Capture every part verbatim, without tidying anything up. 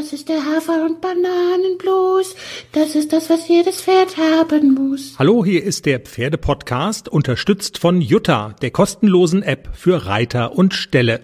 Das ist der Hafer- und Bananenblues. Das ist das, was jedes Pferd haben muss. Hallo, hier ist der Pferdepodcast, unterstützt von Jutta, der kostenlosen App für Reiter und Ställe.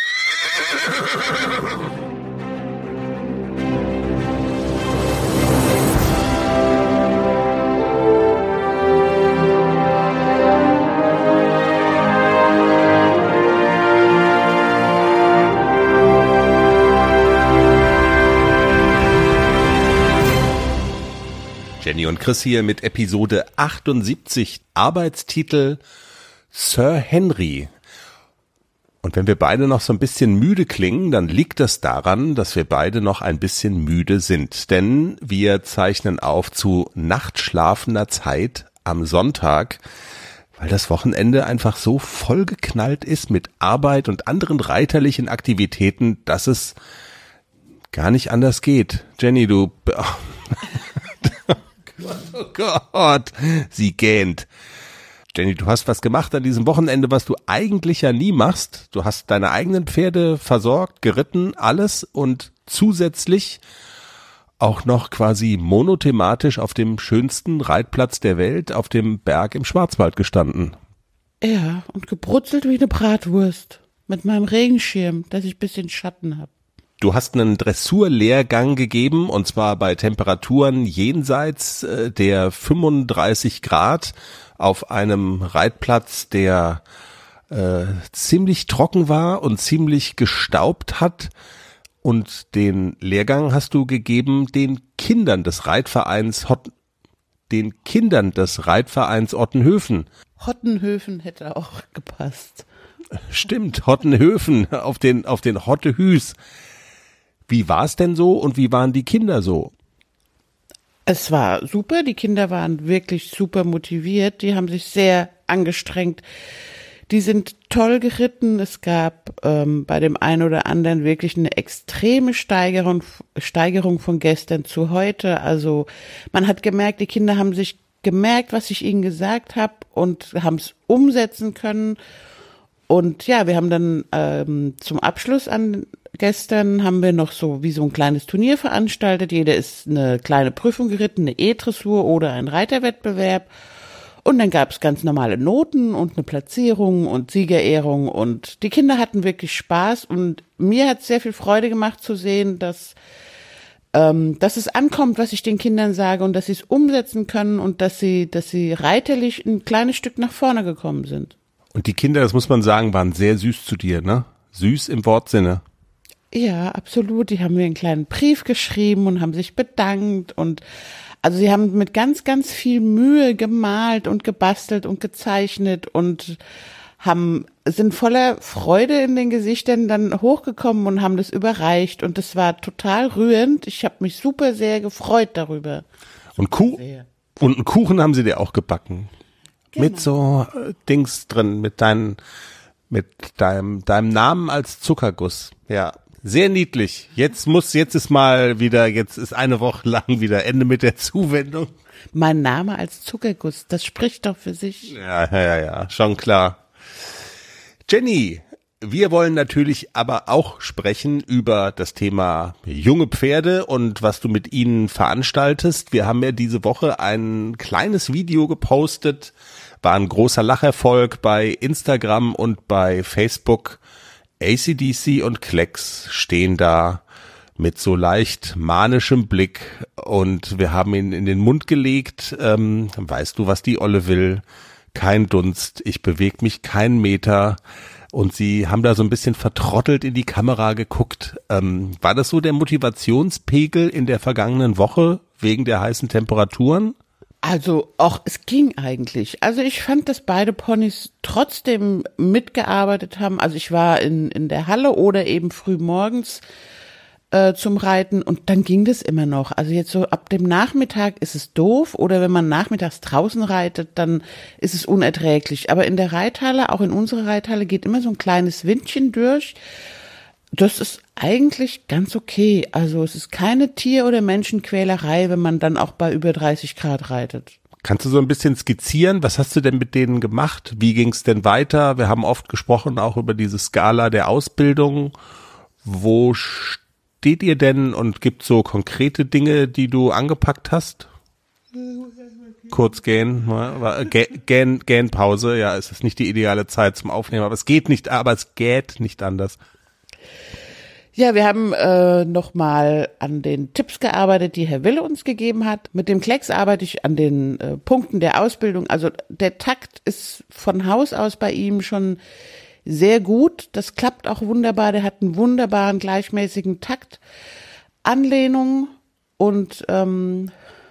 Jenny und Chris hier mit Episode achtundsiebzig, Arbeitstitel Sir Henry. Und wenn wir beide noch so ein bisschen müde klingen, dann liegt das daran, dass wir beide noch ein bisschen müde sind. Denn wir zeichnen auf zu nachtschlafender Zeit am Sonntag, weil das Wochenende einfach so vollgeknallt ist mit Arbeit und anderen reiterlichen Aktivitäten, dass es gar nicht anders geht. Jenny, du... Oh Gott, sie gähnt. Jenny, du hast was gemacht an diesem Wochenende, was du eigentlich ja nie machst. Du hast deine eigenen Pferde versorgt, geritten, alles und zusätzlich auch noch quasi monothematisch auf dem schönsten Reitplatz der Welt, auf dem Berg im Schwarzwald gestanden. Ja, und gebrutzelt wie eine Bratwurst. Mit meinem Regenschirm, dass ich ein bisschen Schatten habe. Du hast einen Dressurlehrgang gegeben, und zwar bei Temperaturen jenseits äh, der fünfunddreißig Grad auf einem Reitplatz, der äh, ziemlich trocken war und ziemlich gestaubt hat. Und den Lehrgang hast du gegeben den Kindern des Reitvereins Hott, den Kindern des Reitvereins Ottenhöfen. Hottenhöfen hätte auch gepasst. Stimmt, Hottenhöfen auf den auf den Hottehüs. Wie war es denn so und wie waren die Kinder so? Es war super, die Kinder waren wirklich super motiviert, die haben sich sehr angestrengt, die sind toll geritten, es gab ähm, bei dem einen oder anderen wirklich eine extreme Steigerung, Steigerung von gestern zu heute, also man hat gemerkt, die Kinder haben sich gemerkt, was ich ihnen gesagt habe und haben es umsetzen können. Und ja, wir haben dann ähm, zum Abschluss an gestern haben wir noch so wie so ein kleines Turnier veranstaltet. Jeder ist eine kleine Prüfung geritten, eine E-Dressur oder ein Reiterwettbewerb. Und dann gab es ganz normale Noten und eine Platzierung und Siegerehrung. Und die Kinder hatten wirklich Spaß. Und mir hat es sehr viel Freude gemacht zu sehen, dass, ähm, dass es ankommt, was ich den Kindern sage und dass sie es umsetzen können und dass sie, dass sie reiterlich ein kleines Stück nach vorne gekommen sind. Und die Kinder, das muss man sagen, waren sehr süß zu dir, ne? Süß im Wortsinne. Ja, absolut. Die haben mir einen kleinen Brief geschrieben und haben sich bedankt und also sie haben mit ganz, ganz viel Mühe gemalt und gebastelt und gezeichnet und haben, sind voller Freude in den Gesichtern dann hochgekommen und haben das überreicht und das war total rührend. Ich habe mich super sehr gefreut darüber. Und, Kuh- und einen Kuchen haben sie dir auch gebacken. Genau. Mit so äh, Dings drin, mit deinen, mit deinem, deinem Namen als Zuckerguss. Ja, sehr niedlich. Jetzt muss, jetzt ist mal wieder, jetzt ist eine Woche lang wieder Ende mit der Zuwendung. Mein Name als Zuckerguss, das spricht doch für sich. Ja, ja, ja, schon klar. Jenny, wir wollen natürlich aber auch sprechen über das Thema junge Pferde und was du mit ihnen veranstaltest. Wir haben ja diese Woche ein kleines Video gepostet, war ein großer Lacherfolg bei Instagram und bei Facebook. A C D C und Klecks stehen da mit so leicht manischem Blick und wir haben ihn in den Mund gelegt. Ähm, weißt du, was die Olle will? Kein Dunst, ich bewege mich keinen Meter. Und sie haben da so ein bisschen vertrottelt in die Kamera geguckt. Ähm, war das so der Motivationspegel in der vergangenen Woche wegen der heißen Temperaturen? Also, auch es ging eigentlich. Also ich fand, dass beide Ponys trotzdem mitgearbeitet haben. Also ich war in in der Halle oder eben früh morgens äh, zum Reiten und dann ging das immer noch. Also jetzt so ab dem Nachmittag ist es doof oder wenn man nachmittags draußen reitet, dann ist es unerträglich. Aber in der Reithalle, auch in unserer Reithalle, geht immer so ein kleines Windchen durch. Das ist eigentlich ganz okay. Also es ist keine Tier- oder Menschenquälerei, wenn man dann auch bei über dreißig Grad reitet. Kannst du so ein bisschen skizzieren? Was hast du denn mit denen gemacht? Wie ging es denn weiter? Wir haben oft gesprochen auch über diese Skala der Ausbildung. Wo steht ihr denn und gibt so konkrete Dinge, die du angepackt hast? Kurz gähnen, gähn, Gähnpause, ja, es ist nicht die ideale Zeit zum Aufnehmen, aber es geht nicht, aber es geht nicht anders. Ja, wir haben äh, nochmal an den Tipps gearbeitet, die Herr Wille uns gegeben hat. Mit dem Klecks arbeite ich an den äh, Punkten der Ausbildung. Also der Takt ist von Haus aus bei ihm schon sehr gut. Das klappt auch wunderbar. Der hat einen wunderbaren, gleichmäßigen Takt. Anlehnung und ähm,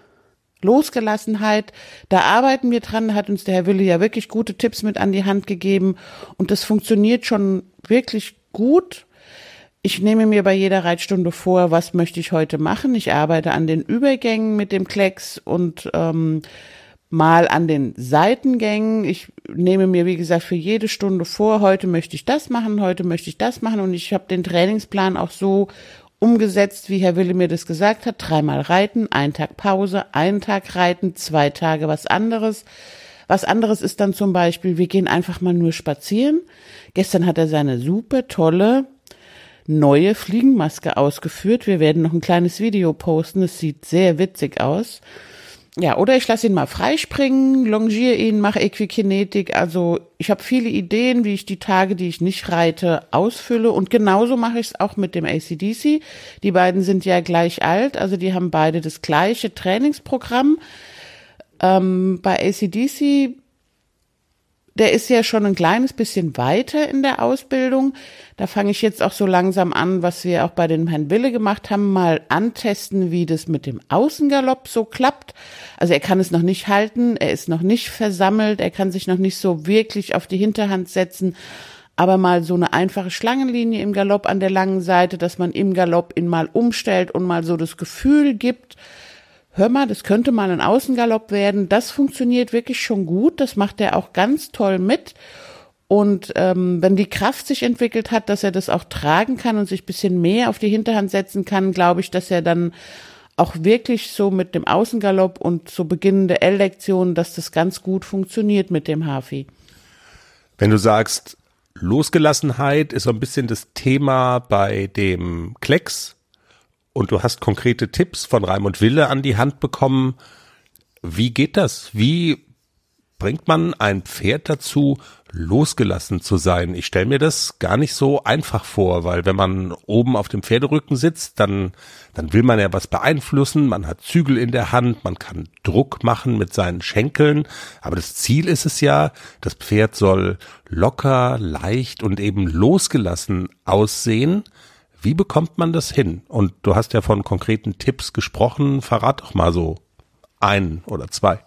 Losgelassenheit, da arbeiten wir dran, hat uns der Herr Wille ja wirklich gute Tipps mit an die Hand gegeben und das funktioniert schon wirklich gut. Ich nehme mir bei jeder Reitstunde vor, was möchte ich heute machen. Ich arbeite an den Übergängen mit dem Klecks und ähm, mal an den Seitengängen. Ich nehme mir, wie gesagt, für jede Stunde vor, heute möchte ich das machen, heute möchte ich das machen und ich habe den Trainingsplan auch so umgesetzt, wie Herr Wille mir das gesagt hat. Dreimal reiten, einen Tag Pause, einen Tag reiten, zwei Tage was anderes. Was anderes ist dann zum Beispiel, wir gehen einfach mal nur spazieren. Gestern hat er seine super tolle neue Fliegenmaske ausgeführt. Wir werden noch ein kleines Video posten. Es sieht sehr witzig aus. Ja, oder ich lasse ihn mal freispringen, longiere ihn, mache Equikinetik. Also ich habe viele Ideen, wie ich die Tage, die ich nicht reite, ausfülle. Und genauso mache ich es auch mit dem A C D C. Die beiden sind ja gleich alt, also die haben beide das gleiche Trainingsprogramm. Ähm, bei A C D C, der ist ja schon ein kleines bisschen weiter in der Ausbildung. Da fange ich jetzt auch so langsam an, was wir auch bei dem Herrn Wille gemacht haben, mal antesten, wie das mit dem Außengalopp so klappt. Also er kann es noch nicht halten, er ist noch nicht versammelt, er kann sich noch nicht so wirklich auf die Hinterhand setzen, aber mal so eine einfache Schlangenlinie im Galopp an der langen Seite, dass man im Galopp ihn mal umstellt und mal so das Gefühl gibt, hör mal, das könnte mal ein Außengalopp werden. Das funktioniert wirklich schon gut. Das macht er auch ganz toll mit. Und ähm, wenn die Kraft sich entwickelt hat, dass er das auch tragen kann und sich ein bisschen mehr auf die Hinterhand setzen kann, glaube ich, dass er dann auch wirklich so mit dem Außengalopp und so beginnende L-Lektionen, dass das ganz gut funktioniert mit dem Hafi. Wenn du sagst, Losgelassenheit ist so ein bisschen das Thema bei dem Klecks, und du hast konkrete Tipps von Raimund Wille an die Hand bekommen. Wie geht das? Wie bringt man ein Pferd dazu, losgelassen zu sein? Ich stelle mir das gar nicht so einfach vor, weil wenn man oben auf dem Pferderücken sitzt, dann, dann will man ja was beeinflussen. Man hat Zügel in der Hand, man kann Druck machen mit seinen Schenkeln. Aber das Ziel ist es ja, das Pferd soll locker, leicht und eben losgelassen aussehen. Wie bekommt man das hin? Und du hast ja von konkreten Tipps gesprochen. Verrat doch mal so einen oder zwei.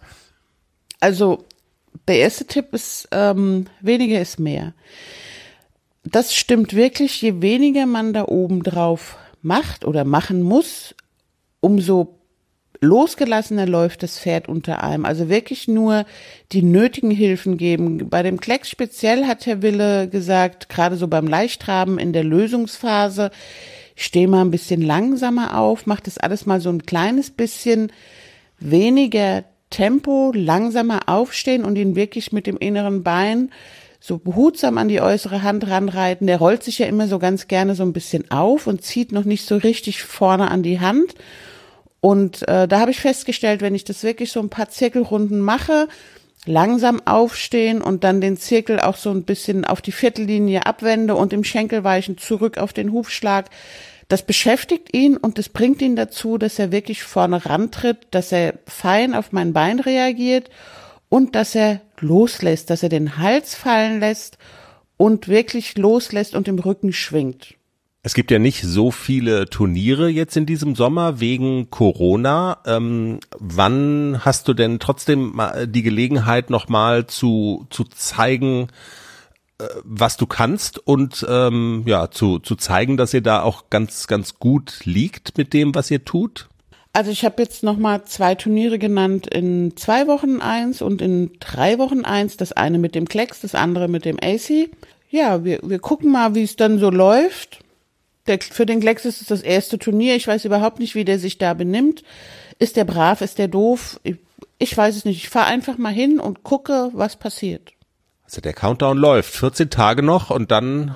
Also der erste Tipp ist, ähm, weniger ist mehr. Das stimmt wirklich. Je weniger man da oben drauf macht oder machen muss, umso losgelassener läuft das Pferd unter einem. Also wirklich nur die nötigen Hilfen geben. Bei dem Klecks speziell hat Herr Wille gesagt, gerade so beim Leichttraben in der Lösungsphase, ich stehe mal ein bisschen langsamer auf, mach das alles mal so ein kleines bisschen weniger Tempo, langsamer aufstehen und ihn wirklich mit dem inneren Bein so behutsam an die äußere Hand ranreiten. Der rollt sich ja immer so ganz gerne so ein bisschen auf und zieht noch nicht so richtig vorne an die Hand. Und äh, da habe ich festgestellt, wenn ich das wirklich so ein paar Zirkelrunden mache, langsam aufstehen und dann den Zirkel auch so ein bisschen auf die Viertellinie abwende und im Schenkelweichen zurück auf den Hufschlag, das beschäftigt ihn und das bringt ihn dazu, dass er wirklich vorne rantritt, dass er fein auf mein Bein reagiert und dass er loslässt, dass er den Hals fallen lässt und wirklich loslässt und im Rücken schwingt. Es gibt ja nicht so viele Turniere jetzt in diesem Sommer wegen Corona. Ähm, wann hast du denn trotzdem mal die Gelegenheit, nochmal zu zu zeigen, äh, was du kannst und ähm, ja zu zu zeigen, dass ihr da auch ganz ganz gut liegt mit dem, was ihr tut? Also ich habe jetzt nochmal zwei Turniere genannt, in zwei Wochen eins und in drei Wochen eins. Das eine mit dem Klecks, das andere mit dem A C. Ja, wir wir gucken mal, wie es dann so läuft. Der, für den Klecks ist es das erste Turnier. Ich weiß überhaupt nicht, wie der sich da benimmt. Ist der brav, ist der doof? Ich, ich weiß es nicht. Ich fahre einfach mal hin und gucke, was passiert. Also der Countdown läuft. vierzehn Tage noch und dann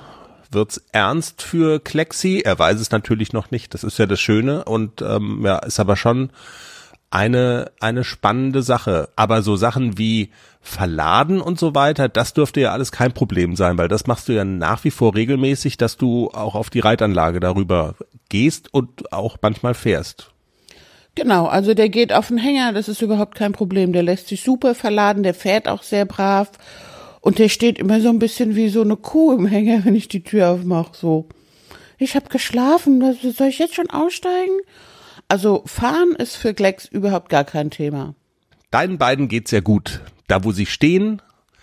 wird's ernst für Klexi. Er weiß es natürlich noch nicht, das ist ja das Schöne und ähm, ja, ist aber schon eine eine spannende Sache. Aber so Sachen wie Verladen und so weiter, das dürfte ja alles kein Problem sein, weil das machst du ja nach wie vor regelmäßig, dass du auch auf die Reitanlage darüber gehst und auch manchmal fährst. Genau, also der geht auf den Hänger, das ist überhaupt kein Problem. Der lässt sich super verladen, der fährt auch sehr brav und der steht immer so ein bisschen wie so eine Kuh im Hänger, wenn ich die Tür aufmache. So, ich habe geschlafen, soll ich jetzt schon aussteigen? Also fahren ist für Klecks überhaupt gar kein Thema. Deinen beiden geht's ja gut, da wo sie stehen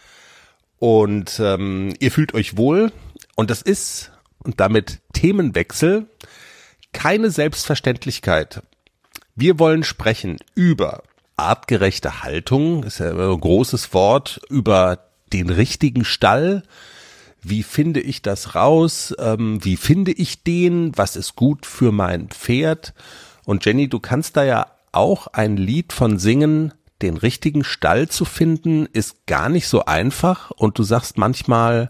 und ähm, ihr fühlt euch wohl und das ist, und damit Themenwechsel, keine Selbstverständlichkeit. Wir wollen sprechen über artgerechte Haltung, ist ja ein großes Wort, über den richtigen Stall. Wie finde ich das raus? Ähm, wie finde ich den? Was ist gut für mein Pferd? Und Jenny, du kannst da ja auch ein Lied von singen. Den richtigen Stall zu finden, ist gar nicht so einfach. Und du sagst manchmal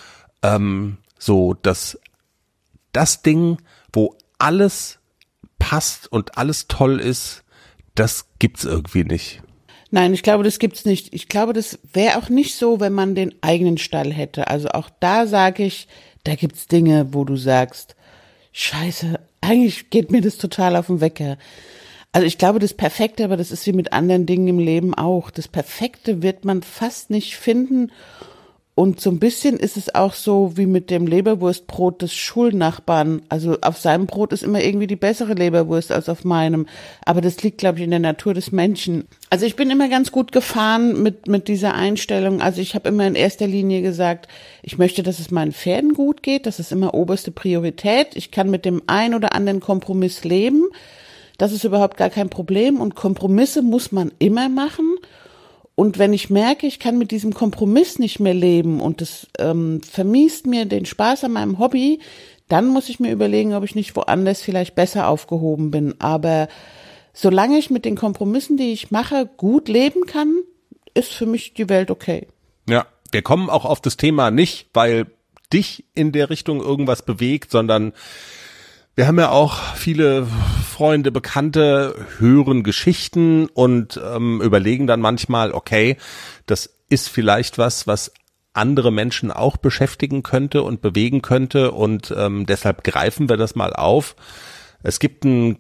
ähm, so, dass das Ding, wo alles passt und alles toll ist, das gibt's irgendwie nicht. Nein, ich glaube, das gibt's nicht. Ich glaube, das wäre auch nicht so, wenn man den eigenen Stall hätte. Also auch da sage ich, da gibt's Dinge, wo du sagst, Scheiße, eigentlich geht mir das total auf den Wecker. Also ich glaube, das Perfekte, aber das ist wie mit anderen Dingen im Leben auch. Das Perfekte wird man fast nicht finden. Und so ein bisschen ist es auch so wie mit dem Leberwurstbrot des Schulnachbarn. Also auf seinem Brot ist immer irgendwie die bessere Leberwurst als auf meinem. Aber das liegt, glaube ich, in der Natur des Menschen. Also ich bin immer ganz gut gefahren mit mit dieser Einstellung. Also ich habe immer in erster Linie gesagt, ich möchte, dass es meinen Pferden gut geht. Das ist immer oberste Priorität. Ich kann mit dem ein oder anderen Kompromiss leben. Das ist überhaupt gar kein Problem. Und Kompromisse muss man immer machen. Und wenn ich merke, ich kann mit diesem Kompromiss nicht mehr leben und das ähm, vermiest mir den Spaß an meinem Hobby, dann muss ich mir überlegen, ob ich nicht woanders vielleicht besser aufgehoben bin. Aber solange ich mit den Kompromissen, die ich mache, gut leben kann, ist für mich die Welt okay. Ja, wir kommen auch auf das Thema nicht, weil dich in der Richtung irgendwas bewegt, sondern wir haben ja auch viele Freunde, Bekannte, hören Geschichten und ähm, überlegen dann manchmal, okay, das ist vielleicht was, was andere Menschen auch beschäftigen könnte und bewegen könnte und ähm, deshalb greifen wir das mal auf. Es gibt einen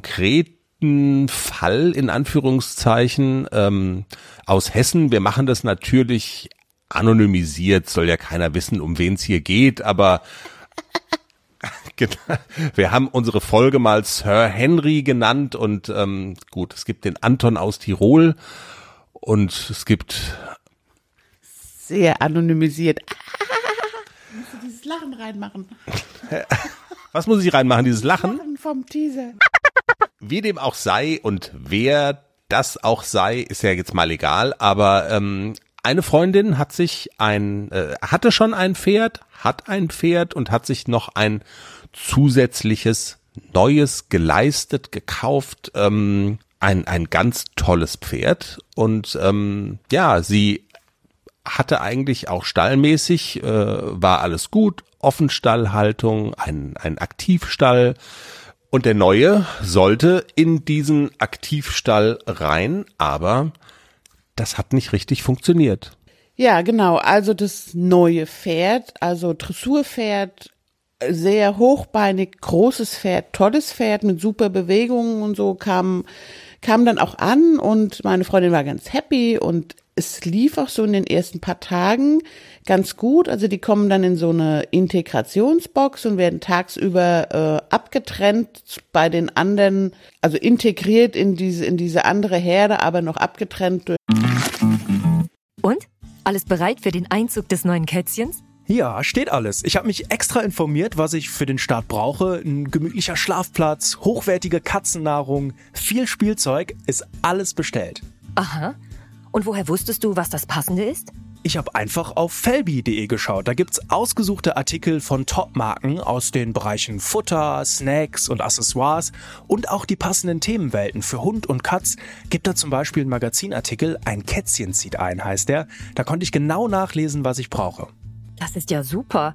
konkreten Fall, in Anführungszeichen, ähm, aus Hessen. Wir machen das natürlich anonymisiert, soll ja keiner wissen, um wen es hier geht, aber wir haben unsere Folge mal Sir Henry genannt und ähm, gut, es gibt den Anton aus Tirol und es gibt sehr anonymisiert. Musst du dieses Lachen reinmachen? Was muss ich reinmachen, dieses Lachen? Lachen vom Teaser. Wie dem auch sei und wer das auch sei, ist ja jetzt mal egal, aber ähm, eine Freundin hat sich ein, äh, hatte schon ein Pferd, hat ein Pferd und hat sich noch ein zusätzliches Neues geleistet, gekauft, ähm, ein ein ganz tolles Pferd und ähm, ja, sie hatte eigentlich auch stallmäßig, äh, war alles gut, Offenstallhaltung, ein ein Aktivstall und der Neue sollte in diesen Aktivstall rein, aber das hat nicht richtig funktioniert. Ja, genau. Also das neue Pferd, also Dressurpferd, sehr hochbeinig, großes Pferd, tolles Pferd mit super Bewegungen und so kam, kam dann auch an und meine Freundin war ganz happy und es lief auch so in den ersten paar Tagen ganz gut. Also die kommen dann in so eine Integrationsbox und werden tagsüber äh, abgetrennt bei den anderen, also integriert in diese, in diese andere Herde, aber noch abgetrennt durch. Und? Alles bereit für den Einzug des neuen Kätzchens? Ja, steht alles. Ich habe mich extra informiert, was ich für den Start brauche. Ein gemütlicher Schlafplatz, hochwertige Katzennahrung, viel Spielzeug, ist alles bestellt. Aha. Und woher wusstest du, was das Passende ist? Ich habe einfach auf felbi punkt de geschaut. Da gibt's ausgesuchte Artikel von Top-Marken aus den Bereichen Futter, Snacks und Accessoires und auch die passenden Themenwelten für Hund und Katz. Gibt da zum Beispiel einen Magazinartikel, ein Kätzchen zieht ein, heißt der. Da konnte ich genau nachlesen, was ich brauche. Das ist ja super.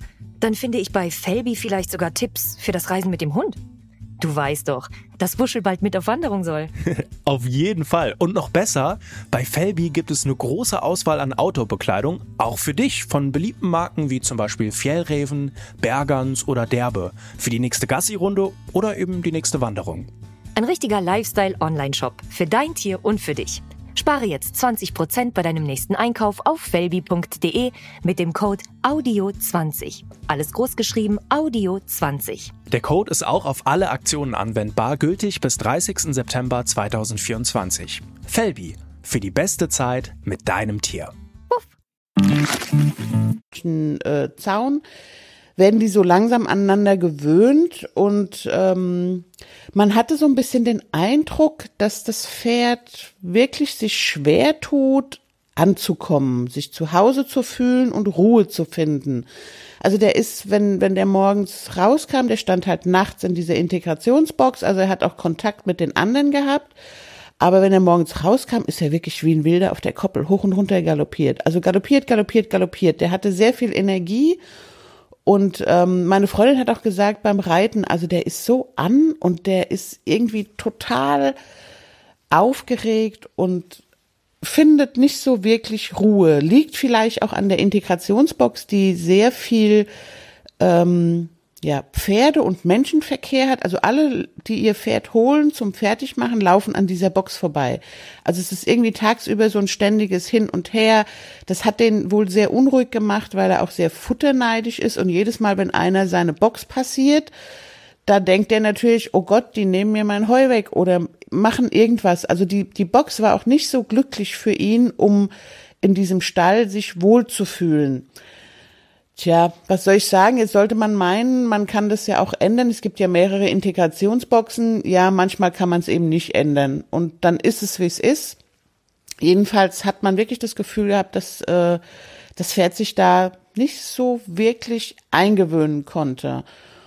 Dann finde ich bei Felbi vielleicht sogar Tipps für das Reisen mit dem Hund. Du weißt doch, dass Wuschel bald mit auf Wanderung soll. Auf jeden Fall. Und noch besser, bei Felbi gibt es eine große Auswahl an Outdoor-Bekleidung, auch für dich, von beliebten Marken wie zum Beispiel Fjällräven, Bergans oder Derbe, für die nächste Gassi-Runde oder eben die nächste Wanderung. Ein richtiger Lifestyle-Online-Shop für dein Tier und für dich. Spare jetzt zwanzig Prozent bei deinem nächsten Einkauf auf felbi punkt de mit dem Code Audio zwanzig. Alles großgeschrieben Audio zwanzig. Der Code ist auch auf alle Aktionen anwendbar, gültig bis dreißigsten September zweitausendvierundzwanzig. Felbi, für die beste Zeit mit deinem Tier. Puff. Äh, Zaun werden die so langsam aneinander gewöhnt und ähm, man hatte so ein bisschen den Eindruck, dass das Pferd wirklich sich schwer tut, anzukommen, sich zu Hause zu fühlen und Ruhe zu finden. Also der ist, wenn wenn der morgens rauskam, der stand halt nachts in dieser Integrationsbox, also er hat auch Kontakt mit den anderen gehabt, aber wenn er morgens rauskam, ist er wirklich wie ein Wilder auf der Koppel hoch und runter galoppiert. Also galoppiert, galoppiert, galoppiert. Der hatte sehr viel Energie. Und ähm, meine Freundin hat auch gesagt beim Reiten, also der ist so an und der ist irgendwie total aufgeregt und findet nicht so wirklich Ruhe. Liegt vielleicht auch an der Integrationsbox, die sehr viel ähm, ja, Pferde- und Menschenverkehr hat. Also alle, die ihr Pferd holen zum Fertigmachen, laufen an dieser Box vorbei. Also es ist irgendwie tagsüber so ein ständiges Hin und Her. Das hat den wohl sehr unruhig gemacht, weil er auch sehr futterneidig ist. Und jedes Mal, wenn einer seine Box passiert, da denkt er natürlich, oh Gott, die nehmen mir mein Heu weg oder machen irgendwas. Also die, die Box war auch nicht so glücklich für ihn, um in diesem Stall sich wohlzufühlen. Tja, was soll ich sagen? Jetzt sollte man meinen, man kann das ja auch ändern. Es gibt ja mehrere Integrationsboxen. Ja, manchmal kann man es eben nicht ändern. Und dann ist es, wie es ist. Jedenfalls hat man wirklich das Gefühl gehabt, dass äh, das Pferd sich da nicht so wirklich eingewöhnen konnte.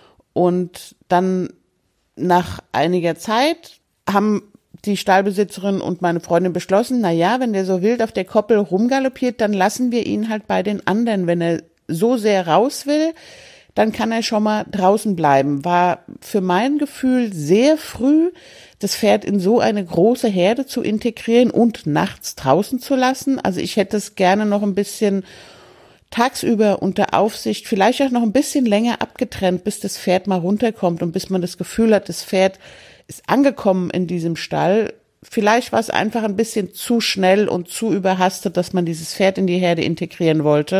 Und dann nach einiger Zeit haben die Stallbesitzerin und meine Freundin beschlossen, na ja, wenn der so wild auf der Koppel rumgaloppiert, dann lassen wir ihn halt bei den anderen. Wenn er so sehr raus will, dann kann er schon mal draußen bleiben. War für mein Gefühl sehr früh, das Pferd in so eine große Herde zu integrieren und nachts draußen zu lassen. Also ich hätte es gerne noch ein bisschen tagsüber unter Aufsicht, vielleicht auch noch ein bisschen länger abgetrennt, bis das Pferd mal runterkommt und bis man das Gefühl hat, das Pferd ist angekommen in diesem Stall. Vielleicht war es einfach ein bisschen zu schnell und zu überhastet, dass man dieses Pferd in die Herde integrieren wollte.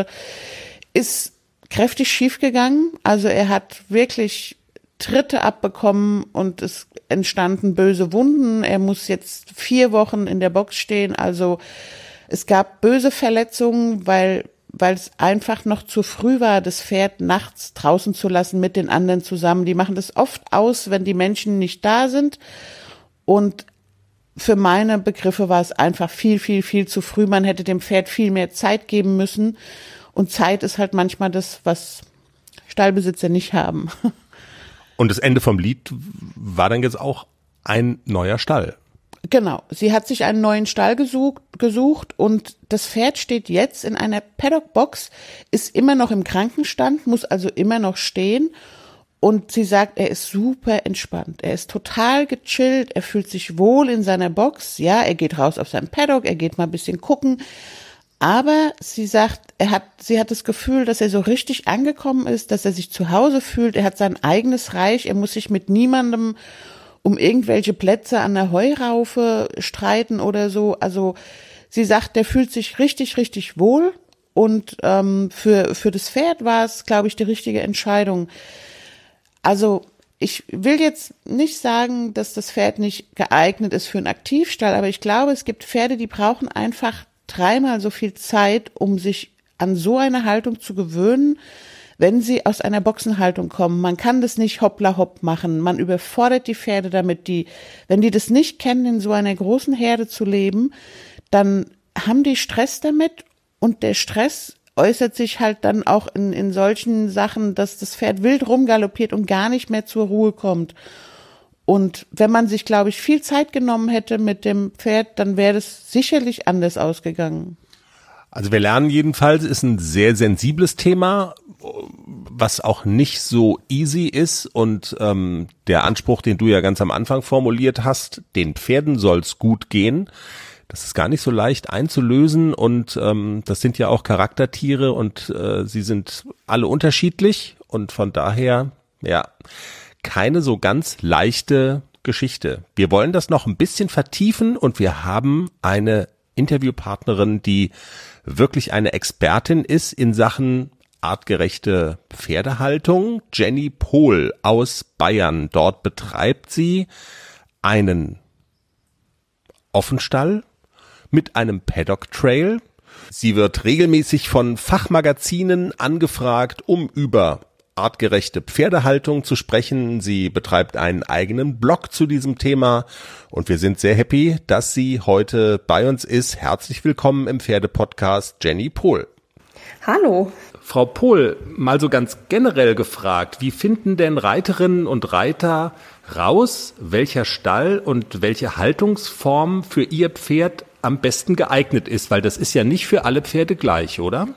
Ist kräftig schiefgegangen. Also er hat wirklich Tritte abbekommen und es entstanden böse Wunden. Er muss jetzt vier Wochen in der Box stehen. Also es gab böse Verletzungen, weil weil es einfach noch zu früh war, das Pferd nachts draußen zu lassen mit den anderen zusammen. Die machen das oft aus, wenn die Menschen nicht da sind. Und für meine Begriffe war es einfach viel, viel, viel zu früh. Man hätte dem Pferd viel mehr Zeit geben müssen. Und Zeit ist halt manchmal das, was Stallbesitzer nicht haben. Und das Ende vom Lied war dann jetzt auch ein neuer Stall. Genau, sie hat sich einen neuen Stall gesucht, gesucht und das Pferd steht jetzt in einer Paddock-Box, ist immer noch im Krankenstand, muss also immer noch stehen und sie sagt, er ist super entspannt, er ist total gechillt, er fühlt sich wohl in seiner Box, ja, er geht raus auf seinen Paddock, er geht mal ein bisschen gucken, aber sie sagt, er hat, sie hat das Gefühl, dass er so richtig angekommen ist, dass er sich zu Hause fühlt, er hat sein eigenes Reich, er muss sich mit niemandem um irgendwelche Plätze an der Heuraufe streiten oder so. Also sie sagt, der fühlt sich richtig, richtig wohl und ähm, für für das Pferd war es, glaube ich, die richtige Entscheidung. Also ich will jetzt nicht sagen, dass das Pferd nicht geeignet ist für einen Aktivstall, aber ich glaube, es gibt Pferde, die brauchen einfach dreimal so viel Zeit, um sich an so eine Haltung zu gewöhnen, wenn sie aus einer Boxenhaltung kommen. Man kann das nicht hoppla hopp machen. Man überfordert die Pferde damit. Die, wenn die das nicht kennen, in so einer großen Herde zu leben, dann haben die Stress damit und der Stress äußert sich halt dann auch in, in solchen Sachen, dass das Pferd wild rumgaloppiert und gar nicht mehr zur Ruhe kommt. Und wenn man sich, glaube ich, viel Zeit genommen hätte mit dem Pferd, dann wäre das sicherlich anders ausgegangen. Also wir lernen jedenfalls, ist ein sehr sensibles Thema, was auch nicht so easy ist und ähm, der Anspruch, den du ja ganz am Anfang formuliert hast, den Pferden soll's gut gehen, das ist gar nicht so leicht einzulösen und ähm, das sind ja auch Charaktertiere und äh, sie sind alle unterschiedlich und von daher, ja, keine so ganz leichte Geschichte. Wir wollen das noch ein bisschen vertiefen und wir haben eine Interviewpartnerin, die wirklich eine Expertin ist in Sachen artgerechte Pferdehaltung. Jenny Pohl aus Bayern. Dort betreibt sie einen Offenstall mit einem Paddock Trail. Sie wird regelmäßig von Fachmagazinen angefragt, um über artgerechte Pferdehaltung zu sprechen. Sie betreibt einen eigenen Blog zu diesem Thema und wir sind sehr happy, dass sie heute bei uns ist. Herzlich willkommen im Pferdepodcast, Jenny Pohl. Hallo. Frau Pohl, mal so ganz generell gefragt, wie finden denn Reiterinnen und Reiter raus, welcher Stall und welche Haltungsform für ihr Pferd am besten geeignet ist? Weil das ist ja nicht für alle Pferde gleich, oder?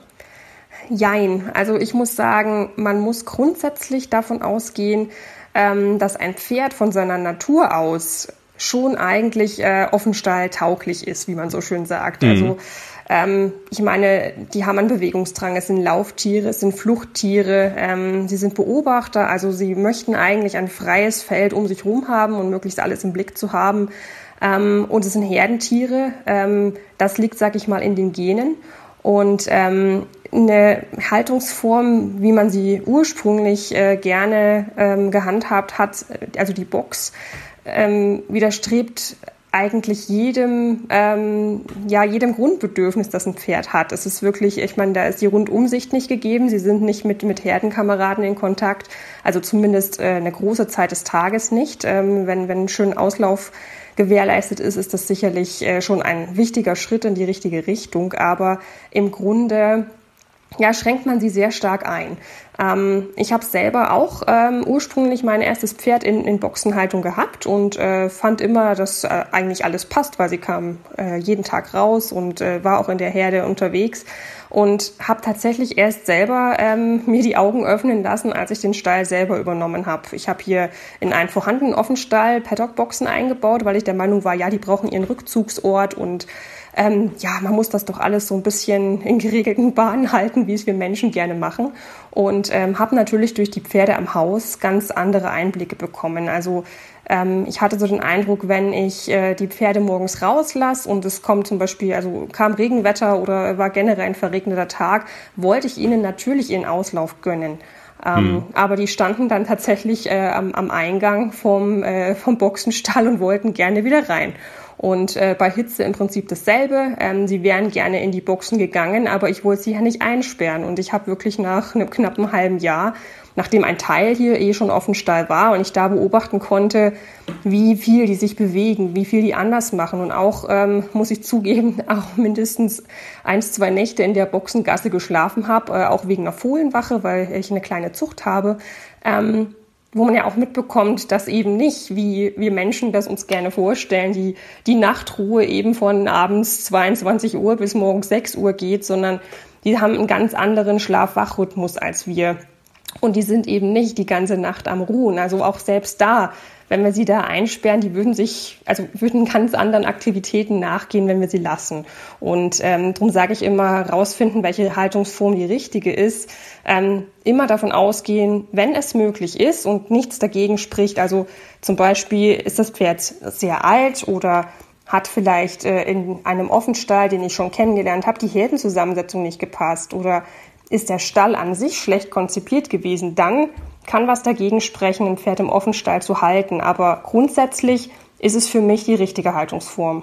Jein. Also ich muss sagen, man muss grundsätzlich davon ausgehen, ähm, dass ein Pferd von seiner Natur aus schon eigentlich äh, Offenstall tauglich ist, wie man so schön sagt. Mhm. Also ähm, ich meine, die haben einen Bewegungsdrang, es sind Lauftiere, es sind Fluchttiere, ähm, sie sind Beobachter, also sie möchten eigentlich ein freies Feld um sich herum haben und möglichst alles im Blick zu haben. Ähm, und es sind Herdentiere, ähm, das liegt, sag ich mal, in den Genen. Und ähm, eine Haltungsform, wie man sie ursprünglich äh, gerne ähm, gehandhabt hat, also die Box, ähm, widerstrebt eigentlich jedem, ähm, ja, jedem Grundbedürfnis, das ein Pferd hat. Es ist wirklich, ich meine, da ist die Rundumsicht nicht gegeben. Sie sind nicht mit, mit Herdenkameraden in Kontakt, also zumindest äh, eine große Zeit des Tages nicht. Ähm, wenn, wenn ein schöner Auslauf gewährleistet ist, ist das sicherlich äh, schon ein wichtiger Schritt in die richtige Richtung. Aber im Grunde ja, schränkt man sie sehr stark ein. Ähm, ich habe selber auch ähm, ursprünglich mein erstes Pferd in, in Boxenhaltung gehabt und äh, fand immer, dass äh, eigentlich alles passt, weil sie kam äh, jeden Tag raus und äh, war auch in der Herde unterwegs und habe tatsächlich erst selber ähm, mir die Augen öffnen lassen, als ich den Stall selber übernommen habe. Ich habe hier in einen vorhandenen Offenstall Paddock-Boxen eingebaut, weil ich der Meinung war, ja, die brauchen ihren Rückzugsort und Ähm, ja, man muss das doch alles so ein bisschen in geregelten Bahnen halten, wie es wir Menschen gerne machen. Und ähm, habe natürlich durch die Pferde am Haus ganz andere Einblicke bekommen. Also ähm, ich hatte so den Eindruck, wenn ich äh, die Pferde morgens rauslasse und es kommt zum Beispiel, also kam Regenwetter oder war generell ein verregneter Tag, wollte ich ihnen natürlich ihren Auslauf gönnen. Ähm, hm. Aber die standen dann tatsächlich äh, am, am Eingang vom, äh, vom Boxenstall und wollten gerne wieder rein. Und äh, bei Hitze im Prinzip dasselbe. Ähm, sie wären gerne in die Boxen gegangen, aber ich wollte sie ja nicht einsperren. Und ich habe wirklich nach einem knappen halben Jahr, nachdem ein Teil hier eh schon auf dem Stall war und ich da beobachten konnte, wie viel die sich bewegen, wie viel die anders machen. Und auch, ähm, muss ich zugeben, auch mindestens eins, zwei Nächte in der Boxengasse geschlafen habe, äh, auch wegen einer Fohlenwache, weil ich eine kleine Zucht habe. Ähm, wo man ja auch mitbekommt, dass eben nicht, wie wir Menschen das uns gerne vorstellen, die, die Nachtruhe eben von abends zweiundzwanzig Uhr bis morgens sechs Uhr geht, sondern die haben einen ganz anderen Schlaf-Wach-Rhythmus als wir. Und die sind eben nicht die ganze Nacht am Ruhen. Also auch selbst da, wenn wir sie da einsperren, die würden sich, also würden ganz anderen Aktivitäten nachgehen, wenn wir sie lassen. Und ähm, darum sage ich immer, rausfinden, welche Haltungsform die richtige ist. Ähm, immer davon ausgehen, wenn es möglich ist und nichts dagegen spricht. Also zum Beispiel ist das Pferd sehr alt oder hat vielleicht äh, in einem Offenstall, den ich schon kennengelernt habe, die Herdenzusammensetzung nicht gepasst oder ist der Stall an sich schlecht konzipiert gewesen, dann kann was dagegen sprechen, ein Pferd im Offenstall zu halten. Aber grundsätzlich ist es für mich die richtige Haltungsform.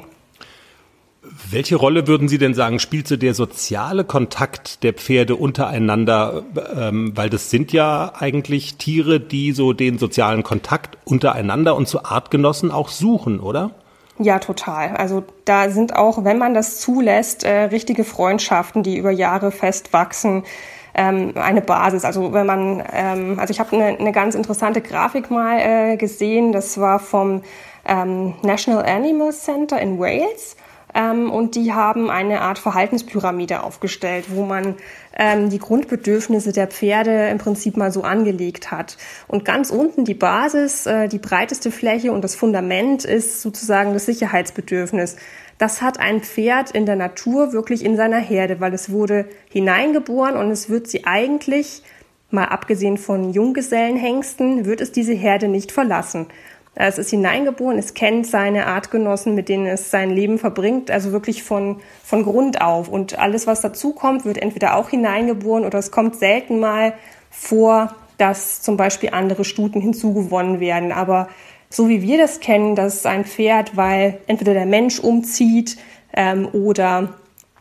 Welche Rolle würden Sie denn sagen, spielt so der soziale Kontakt der Pferde untereinander? Ähm, weil das sind ja eigentlich Tiere, die so den sozialen Kontakt untereinander und zu Artgenossen auch suchen, oder? Ja, total. Also da sind auch, wenn man das zulässt, äh, richtige Freundschaften, die über Jahre fest wachsen, ähm, eine Basis. Also wenn man, ähm, also ich habe eine, eine ganz interessante Grafik mal äh, gesehen. Das war vom ähm, National Animal Center in Wales. Ähm, und die haben eine Art Verhaltenspyramide aufgestellt, wo man ähm, die Grundbedürfnisse der Pferde im Prinzip mal so angelegt hat. Und ganz unten die Basis, äh, die breiteste Fläche und das Fundament ist sozusagen das Sicherheitsbedürfnis. Das hat ein Pferd in der Natur wirklich in seiner Herde, weil es wurde hineingeboren und es wird sie eigentlich, mal abgesehen von Junggesellenhengsten, wird es diese Herde nicht verlassen. Es ist hineingeboren, es kennt seine Artgenossen, mit denen es sein Leben verbringt, also wirklich von, von Grund auf. Und alles, was dazukommt, wird entweder auch hineingeboren oder es kommt selten mal vor, dass zum Beispiel andere Stuten hinzugewonnen werden. Aber so wie wir das kennen, dass ein Pferd, weil entweder der Mensch umzieht ähm, oder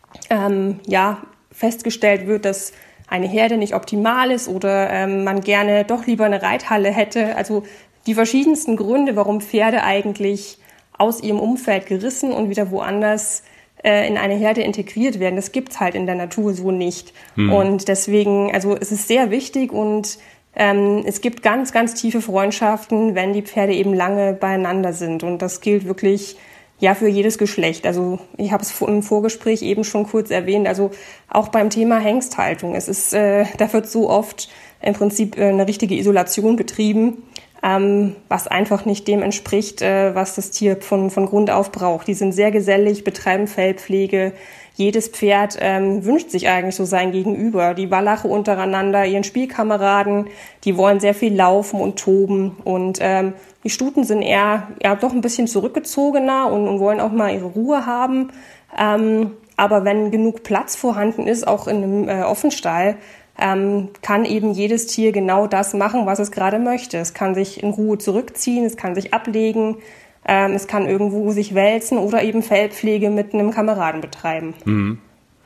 ähm, ja festgestellt wird, dass eine Herde nicht optimal ist oder ähm, man gerne doch lieber eine Reithalle hätte. Also die verschiedensten Gründe, warum Pferde eigentlich aus ihrem Umfeld gerissen und wieder woanders äh, in eine Herde integriert werden. Das gibt's halt in der Natur so nicht. Hm. Und deswegen, also es ist sehr wichtig und Ähm, es gibt ganz, ganz tiefe Freundschaften, wenn die Pferde eben lange beieinander sind. Und das gilt wirklich ja für jedes Geschlecht. Also ich habe es im Vorgespräch eben schon kurz erwähnt. Also auch beim Thema Hengsthaltung. Es ist, äh, da wird so oft im Prinzip äh, eine richtige Isolation betrieben, ähm, was einfach nicht dem entspricht, äh, was das Tier von, von Grund auf braucht. Die sind sehr gesellig, betreiben Fellpflege. Jedes Pferd ähm, wünscht sich eigentlich so sein Gegenüber. Die Wallache untereinander, ihren Spielkameraden, die wollen sehr viel laufen und toben. Und ähm, die Stuten sind eher ja, doch ein bisschen zurückgezogener und, und wollen auch mal ihre Ruhe haben. Ähm, aber wenn genug Platz vorhanden ist, auch in einem äh, Offenstall, ähm, kann eben jedes Tier genau das machen, was es gerade möchte. Es kann sich in Ruhe zurückziehen, es kann sich ablegen, Ähm, es kann irgendwo sich wälzen oder eben Fellpflege mit einem Kameraden betreiben. Mhm.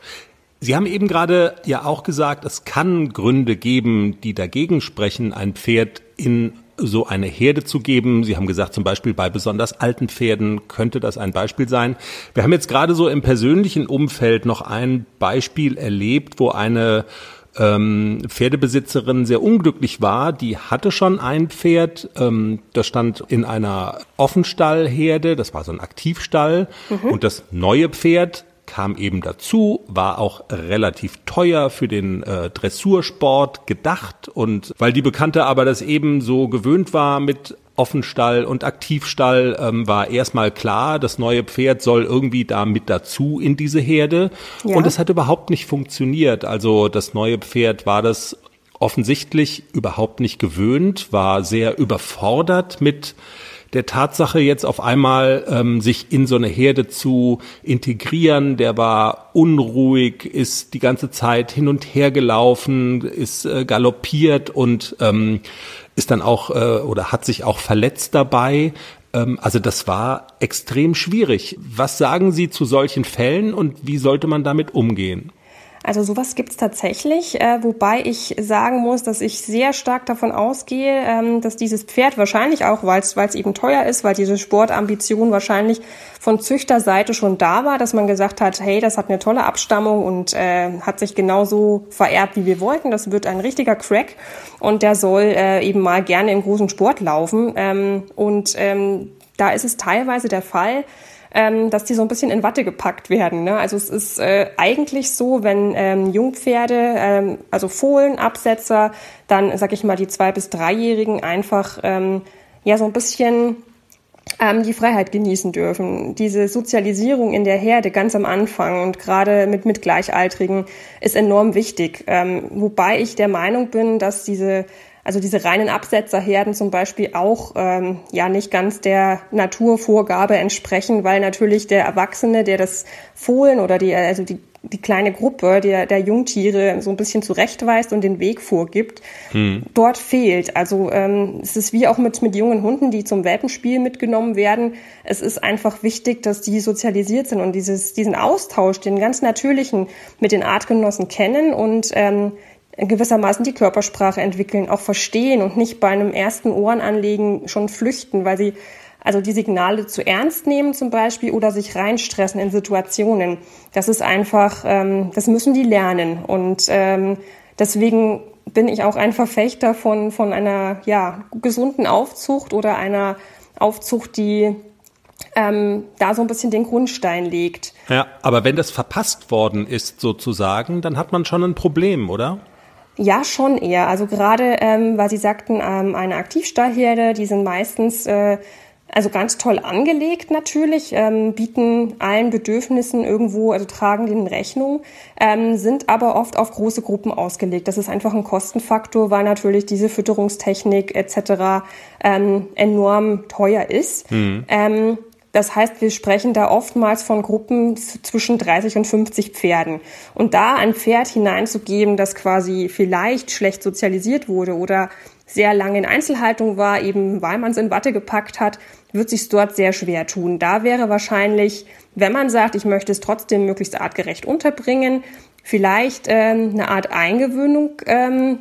Sie haben eben gerade ja auch gesagt, es kann Gründe geben, die dagegen sprechen, ein Pferd in so eine Herde zu geben. Sie haben gesagt, zum Beispiel bei besonders alten Pferden könnte das ein Beispiel sein. Wir haben jetzt gerade so im persönlichen Umfeld noch ein Beispiel erlebt, wo eine Ähm, Pferdebesitzerin sehr unglücklich war. Die hatte schon ein Pferd, ähm, das stand in einer Offenstallherde, das war so ein Aktivstall, mhm. und das neue Pferd kam eben dazu, war auch relativ teuer für den äh, Dressursport gedacht, und weil die Bekannte aber das eben so gewöhnt war mit Offenstall und Aktivstall, ähm, war erstmal klar, das neue Pferd soll irgendwie da mit dazu in diese Herde. Ja. Und es hat überhaupt nicht funktioniert. Also das neue Pferd war das offensichtlich überhaupt nicht gewöhnt, war sehr überfordert mit der Tatsache, jetzt auf einmal ähm, sich in so eine Herde zu integrieren. Der war unruhig, ist die ganze Zeit hin und her gelaufen, ist äh, galoppiert und ähm, ist dann auch äh, oder hat sich auch verletzt dabei. Ähm, also das war extrem schwierig. Was sagen Sie zu solchen Fällen und wie sollte man damit umgehen? Also sowas gibt's tatsächlich, äh, wobei ich sagen muss, dass ich sehr stark davon ausgehe, ähm, dass dieses Pferd wahrscheinlich auch, weil es eben teuer ist, weil diese Sportambition wahrscheinlich von Züchterseite schon da war, dass man gesagt hat, hey, das hat eine tolle Abstammung und äh, hat sich genauso vererbt, wie wir wollten. Das wird ein richtiger Crack und der soll äh, eben mal gerne im großen Sport laufen. Ähm, und ähm, da ist es teilweise der Fall, Ähm, dass die so ein bisschen in Watte gepackt werden. Ne? Also es ist äh, eigentlich so, wenn ähm, Jungpferde, ähm, also Fohlen, Absetzer, dann, sag ich mal, die zwei- bis dreijährigen einfach ähm, ja so ein bisschen ähm, die Freiheit genießen dürfen. Diese Sozialisierung in der Herde ganz am Anfang und gerade mit, mit Gleichaltrigen ist enorm wichtig. Ähm, wobei ich der Meinung bin, dass diese Also diese reinen Absetzerherden zum Beispiel auch ähm, ja nicht ganz der Naturvorgabe entsprechen, weil natürlich der Erwachsene, der das Fohlen oder die also die die kleine Gruppe der der Jungtiere so ein bisschen zurechtweist und den Weg vorgibt, hm. dort fehlt. Also ähm, es ist wie auch mit mit jungen Hunden, die zum Welpenspiel mitgenommen werden. Es ist einfach wichtig, dass die sozialisiert sind und dieses diesen Austausch, den ganz natürlichen mit den Artgenossen kennen und ähm, gewissermaßen die Körpersprache entwickeln, auch verstehen und nicht bei einem ersten Ohrenanlegen schon flüchten, weil sie also die Signale zu ernst nehmen zum Beispiel oder sich reinstressen in Situationen. Das ist einfach, ähm, das müssen die lernen und ähm, deswegen bin ich auch ein Verfechter von von einer ja gesunden Aufzucht oder einer Aufzucht, die ähm, da so ein bisschen den Grundstein legt. Ja, aber wenn das verpasst worden ist sozusagen, dann hat man schon ein Problem, oder? Ja, schon eher. Also gerade, ähm, weil Sie sagten, ähm, eine Aktivstallherde, die sind meistens äh, also ganz toll angelegt natürlich, ähm, bieten allen Bedürfnissen irgendwo, also tragen denen Rechnung, ähm, sind aber oft auf große Gruppen ausgelegt. Das ist einfach ein Kostenfaktor, weil natürlich diese Fütterungstechnik et cetera ähm, enorm teuer ist. Mhm. Ähm, Das heißt, wir sprechen da oftmals von Gruppen zwischen dreißig und fünfzig Pferden. Und da ein Pferd hineinzugeben, das quasi vielleicht schlecht sozialisiert wurde oder sehr lange in Einzelhaltung war, eben weil man es in Watte gepackt hat, wird sich dort sehr schwer tun. Da wäre wahrscheinlich, wenn man sagt, ich möchte es trotzdem möglichst artgerecht unterbringen, vielleicht ähm, eine Art Eingewöhnung ähm,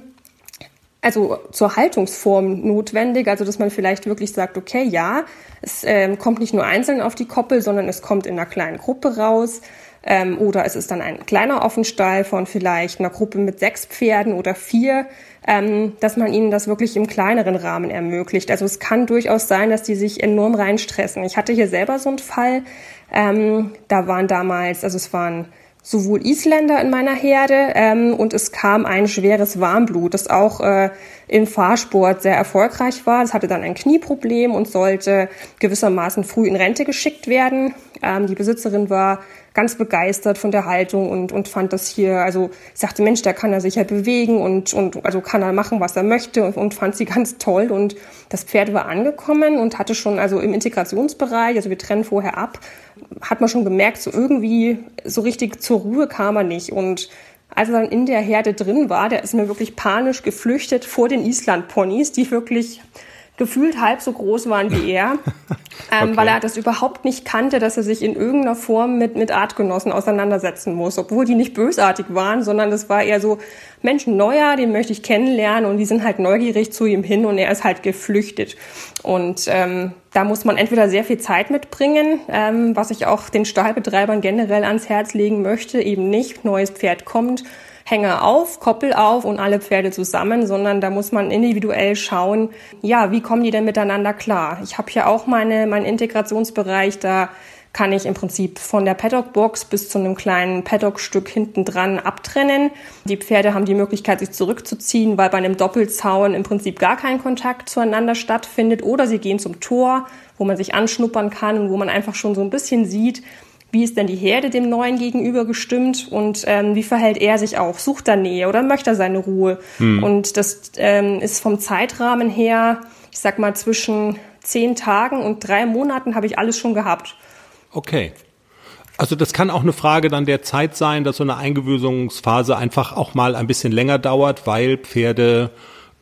also zur Haltungsform notwendig, also dass man vielleicht wirklich sagt, okay, ja, es ähm, kommt nicht nur einzeln auf die Koppel, sondern es kommt in einer kleinen Gruppe raus, ähm, oder es ist dann ein kleiner Offenstall von vielleicht einer Gruppe mit sechs Pferden oder vier, ähm, dass man ihnen das wirklich im kleineren Rahmen ermöglicht. Also es kann durchaus sein, dass die sich enorm reinstressen. Ich hatte hier selber so einen Fall, ähm, da waren damals, also es waren sowohl Isländer in meiner Herde ähm, und es kam ein schweres Warmblut, das auch äh, im Fahrsport sehr erfolgreich war. Es hatte dann ein Knieproblem und sollte gewissermaßen früh in Rente geschickt werden. Ähm, die Besitzerin war ganz begeistert von der Haltung und und fand das hier, also ich sagte, Mensch, da kann er sich ja bewegen und und also kann er machen, was er möchte und, und fand sie ganz toll. Und das Pferd war angekommen und hatte schon, also im Integrationsbereich, also wir trennen vorher ab, hat man schon gemerkt, so irgendwie so richtig zur Ruhe kam er nicht. Und als er dann in der Herde drin war, der ist mir wirklich panisch geflüchtet vor den Island-Ponys, die wirklich gefühlt halb so groß waren wie er, ähm, okay. weil er das überhaupt nicht kannte, dass er sich in irgendeiner Form mit, mit Artgenossen auseinandersetzen muss, obwohl die nicht bösartig waren, sondern das war eher so, Mensch, ein Neuer, den möchte ich kennenlernen und die sind halt neugierig zu ihm hin und er ist halt geflüchtet. Und ähm, da muss man entweder sehr viel Zeit mitbringen, ähm, was ich auch den Stallbetreibern generell ans Herz legen möchte, eben nicht, neues Pferd kommt, Hänger auf, Koppel auf und alle Pferde zusammen, sondern da muss man individuell schauen, ja, wie kommen die denn miteinander klar? Ich habe hier auch meine meinen Integrationsbereich, da kann ich im Prinzip von der Paddock-Box bis zu einem kleinen Paddock-Stück hinten dran abtrennen. Die Pferde haben die Möglichkeit, sich zurückzuziehen, weil bei einem Doppelzaun im Prinzip gar kein Kontakt zueinander stattfindet. Oder sie gehen zum Tor, wo man sich anschnuppern kann und wo man einfach schon so ein bisschen sieht, wie ist denn die Herde dem Neuen gegenüber gestimmt und ähm, wie verhält er sich auch? Sucht er Nähe oder möchte er seine Ruhe? Hm. Und das ähm, ist vom Zeitrahmen her, ich sag mal, zwischen zehn Tagen und drei Monaten habe ich alles schon gehabt. Okay. Also das kann auch eine Frage dann der Zeit sein, dass so eine Eingewöhnungsphase einfach auch mal ein bisschen länger dauert, weil Pferde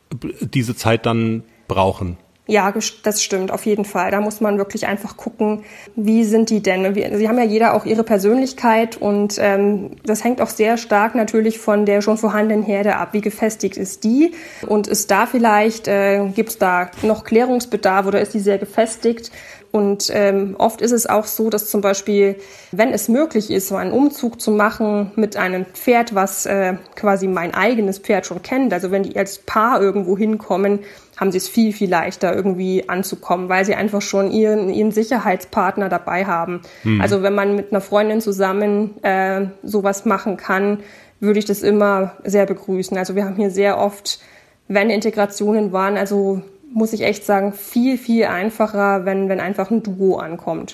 diese Zeit dann brauchen. Ja, das stimmt, auf jeden Fall. Da muss man wirklich einfach gucken, wie sind die denn? Sie haben ja jeder auch ihre Persönlichkeit und ähm, das hängt auch sehr stark natürlich von der schon vorhandenen Herde ab. Wie gefestigt ist die? Und ist da vielleicht, äh, gibt es da noch Klärungsbedarf oder ist die sehr gefestigt? Und ähm, oft ist es auch so, dass zum Beispiel, wenn es möglich ist, so einen Umzug zu machen mit einem Pferd, was äh, quasi mein eigenes Pferd schon kennt, also wenn die als Paar irgendwo hinkommen, haben sie es viel, viel leichter irgendwie anzukommen, weil sie einfach schon ihren, ihren Sicherheitspartner dabei haben. Hm. Also wenn man mit einer Freundin zusammen äh, sowas machen kann, würde ich das immer sehr begrüßen. Also wir haben hier sehr oft, wenn Integrationen waren, also muss ich echt sagen, viel, viel einfacher, wenn, wenn einfach ein Duo ankommt.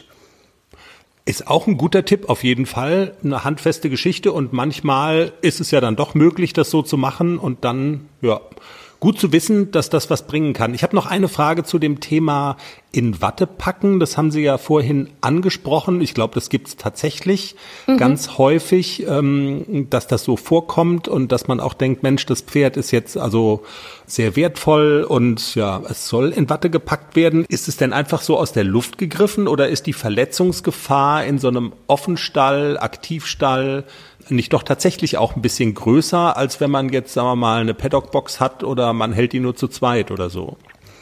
Ist auch ein guter Tipp auf jeden Fall, eine handfeste Geschichte und manchmal ist es ja dann doch möglich, das so zu machen und dann, ja, gut zu wissen, dass das was bringen kann. Ich habe noch eine Frage zu dem Thema in Watte packen. Das haben Sie ja vorhin angesprochen. Ich glaube, das gibt es tatsächlich mhm. ganz häufig, ähm, dass das so vorkommt und dass man auch denkt, Mensch, das Pferd ist jetzt also sehr wertvoll und ja, es soll in Watte gepackt werden. Ist es denn einfach so aus der Luft gegriffen oder ist die Verletzungsgefahr in so einem Offenstall, Aktivstall nicht doch tatsächlich auch ein bisschen größer, als wenn man jetzt, sagen wir mal, eine Paddock-Box hat oder man hält die nur zu zweit oder so?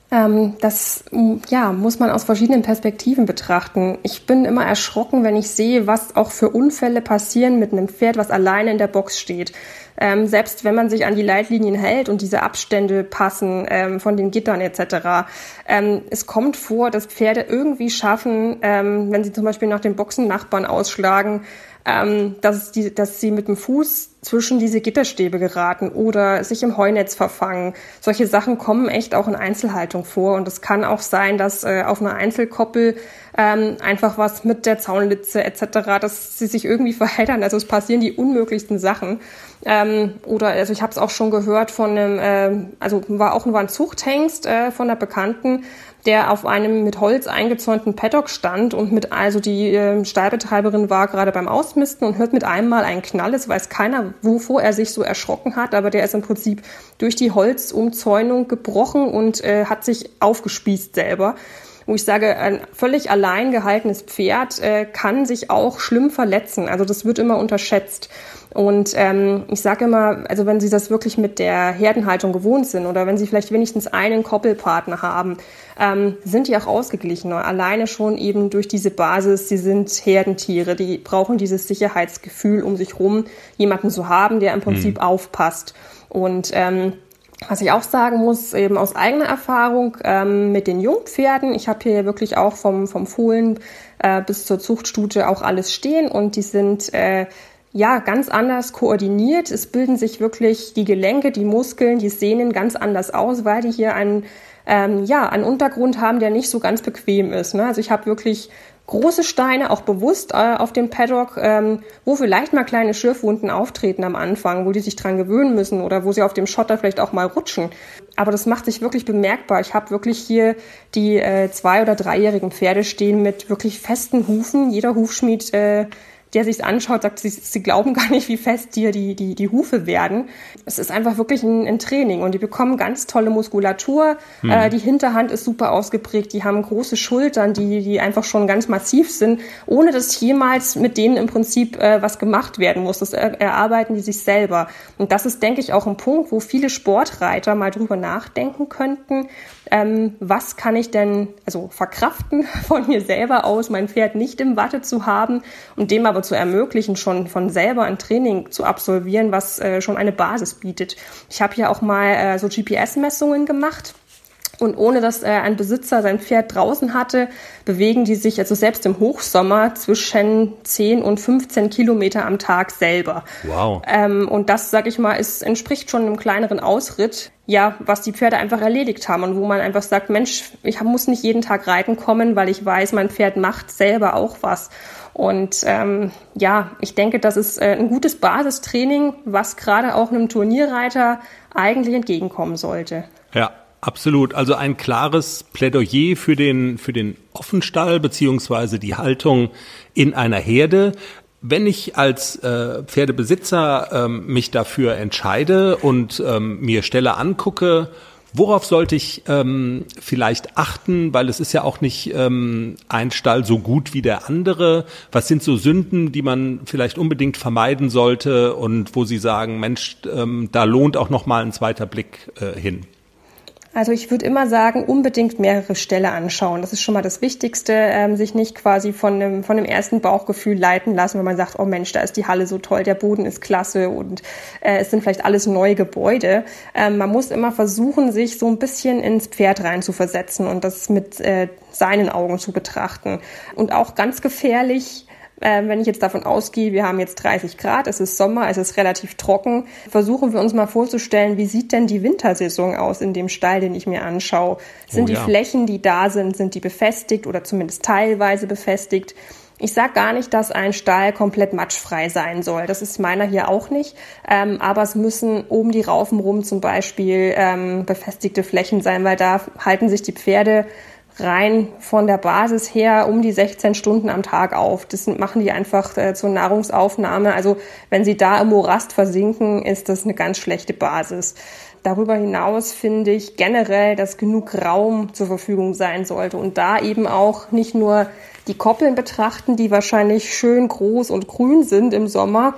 Ähm, das ja, muss man aus verschiedenen Perspektiven betrachten. Ich bin immer erschrocken, wenn ich sehe, was auch für Unfälle passieren mit einem Pferd, was alleine in der Box steht. Ähm, selbst wenn man sich an die Leitlinien hält und diese Abstände passen ähm, von den Gittern et cetera. Ähm, es kommt vor, dass Pferde irgendwie schaffen, ähm, wenn sie zum Beispiel nach den Boxennachbarn ausschlagen, ähm, dass, die, dass sie mit dem Fuß zwischen diese Gitterstäbe geraten oder sich im Heunetz verfangen. Solche Sachen kommen echt auch in Einzelhaltung vor. Und es kann auch sein, dass äh, auf einer Einzelkoppel ähm, einfach was mit der Zaunlitze et cetera, dass sie sich irgendwie verheddern. Also es passieren die unmöglichsten Sachen. Ähm, oder also ich habe es auch schon gehört von einem, äh, also war auch war ein Zuchthengst äh, von einer Bekannten, der auf einem mit Holz eingezäunten Paddock stand und mit, also die äh, Stallbetreiberin war gerade beim Ausmisten und hört mit einem Mal einen Knall. Es weiß keiner, wovor er sich so erschrocken hat, aber der ist im Prinzip durch die Holzumzäunung gebrochen und äh, hat sich aufgespießt selber. Wo ich sage, ein völlig allein gehaltenes Pferd äh, kann sich auch schlimm verletzen. Also das wird immer unterschätzt. Und ähm, ich sage immer, also wenn Sie das wirklich mit der Herdenhaltung gewohnt sind oder wenn Sie vielleicht wenigstens einen Koppelpartner haben, ähm, sind die auch ausgeglichener. Alleine schon eben durch diese Basis, sie sind Herdentiere, die brauchen dieses Sicherheitsgefühl um sich rum, jemanden zu haben, der im Prinzip mhm. aufpasst. Und ähm, was ich auch sagen muss, eben aus eigener Erfahrung ähm, mit den Jungpferden, ich habe hier wirklich auch vom, vom Fohlen äh, bis zur Zuchtstute auch alles stehen und die sind äh, ja ganz anders koordiniert. Es bilden sich wirklich die Gelenke, die Muskeln, die Sehnen ganz anders aus, weil die hier einen, ähm, ja, einen Untergrund haben, der nicht so ganz bequem ist. Ne? Also ich habe wirklich große Steine, auch bewusst äh, auf dem Paddock, ähm, wo vielleicht mal kleine Schürfwunden auftreten am Anfang, wo die sich dran gewöhnen müssen oder wo sie auf dem Schotter vielleicht auch mal rutschen. Aber das macht sich wirklich bemerkbar. Ich habe wirklich hier die äh, zwei- oder dreijährigen Pferde stehen mit wirklich festen Hufen. Jeder Hufschmied, äh, der sich's anschaut, sagt, sie, sie glauben gar nicht, wie fest dir die, die, die Hufe werden. Es ist einfach wirklich ein, ein Training und die bekommen ganz tolle Muskulatur. Hm. Äh, die Hinterhand ist super ausgeprägt. Die haben große Schultern, die, die einfach schon ganz massiv sind, ohne dass jemals mit denen im Prinzip äh, was gemacht werden muss. Das er, erarbeiten die sich selber. Und das ist, denke ich, auch ein Punkt, wo viele Sportreiter mal drüber nachdenken könnten. Ähm, was kann ich denn also verkraften von mir selber aus, mein Pferd nicht im Watte zu haben und dem aber zu ermöglichen, schon von selber ein Training zu absolvieren, was äh, schon eine Basis bietet. Ich habe hier auch mal äh, so G P S-Messungen gemacht. Und ohne dass äh, ein Besitzer sein Pferd draußen hatte, bewegen die sich also selbst im Hochsommer zwischen zehn und fünfzehn Kilometer am Tag selber. Wow. Ähm, und das, sag ich mal, ist, entspricht schon einem kleineren Ausritt, ja, was die Pferde einfach erledigt haben und wo man einfach sagt, Mensch, ich muss nicht jeden Tag reiten kommen, weil ich weiß, mein Pferd macht selber auch was. Und ähm, ja, ich denke, das ist äh, ein gutes Basistraining, was gerade auch einem Turnierreiter eigentlich entgegenkommen sollte. Ja. Absolut. Also ein klares Plädoyer für den, für den Offenstall beziehungsweise die Haltung in einer Herde. Wenn ich als äh, Pferdebesitzer ähm, mich dafür entscheide und ähm, mir Ställe angucke, worauf sollte ich ähm, vielleicht achten? Weil es ist ja auch nicht ähm, ein Stall so gut wie der andere. Was sind so Sünden, die man vielleicht unbedingt vermeiden sollte und wo Sie sagen, Mensch, ähm, da lohnt auch noch mal ein zweiter Blick äh, hin? Also ich würde immer sagen, unbedingt mehrere Ställe anschauen. Das ist schon mal das Wichtigste, ähm, sich nicht quasi von einem, von einem ersten Bauchgefühl leiten lassen, wenn man sagt, oh Mensch, da ist die Halle so toll, der Boden ist klasse und äh, es sind vielleicht alles neue Gebäude. Ähm, man muss immer versuchen, sich so ein bisschen ins Pferd rein zu versetzen und das mit äh, seinen Augen zu betrachten. Und auch ganz gefährlich, Ähm, wenn ich jetzt davon ausgehe, wir haben jetzt dreißig Grad, es ist Sommer, es ist relativ trocken, versuchen wir uns mal vorzustellen, wie sieht denn die Wintersaison aus in dem Stall, den ich mir anschaue? Sind oh, ja. die Flächen, die da sind, sind die befestigt oder zumindest teilweise befestigt? Ich sage gar nicht, dass ein Stall komplett matschfrei sein soll. Das ist meiner hier auch nicht. Ähm, aber es müssen oben die Raufen rum zum Beispiel ähm, befestigte Flächen sein, weil da halten sich die Pferde rein von der Basis her um die sechzehn Stunden am Tag auf. Das machen die einfach äh, zur Nahrungsaufnahme. Also wenn sie da im Morast versinken, ist das eine ganz schlechte Basis. Darüber hinaus finde ich generell, dass genug Raum zur Verfügung sein sollte und da eben auch nicht nur die Koppeln betrachten, die wahrscheinlich schön groß und grün sind im Sommer,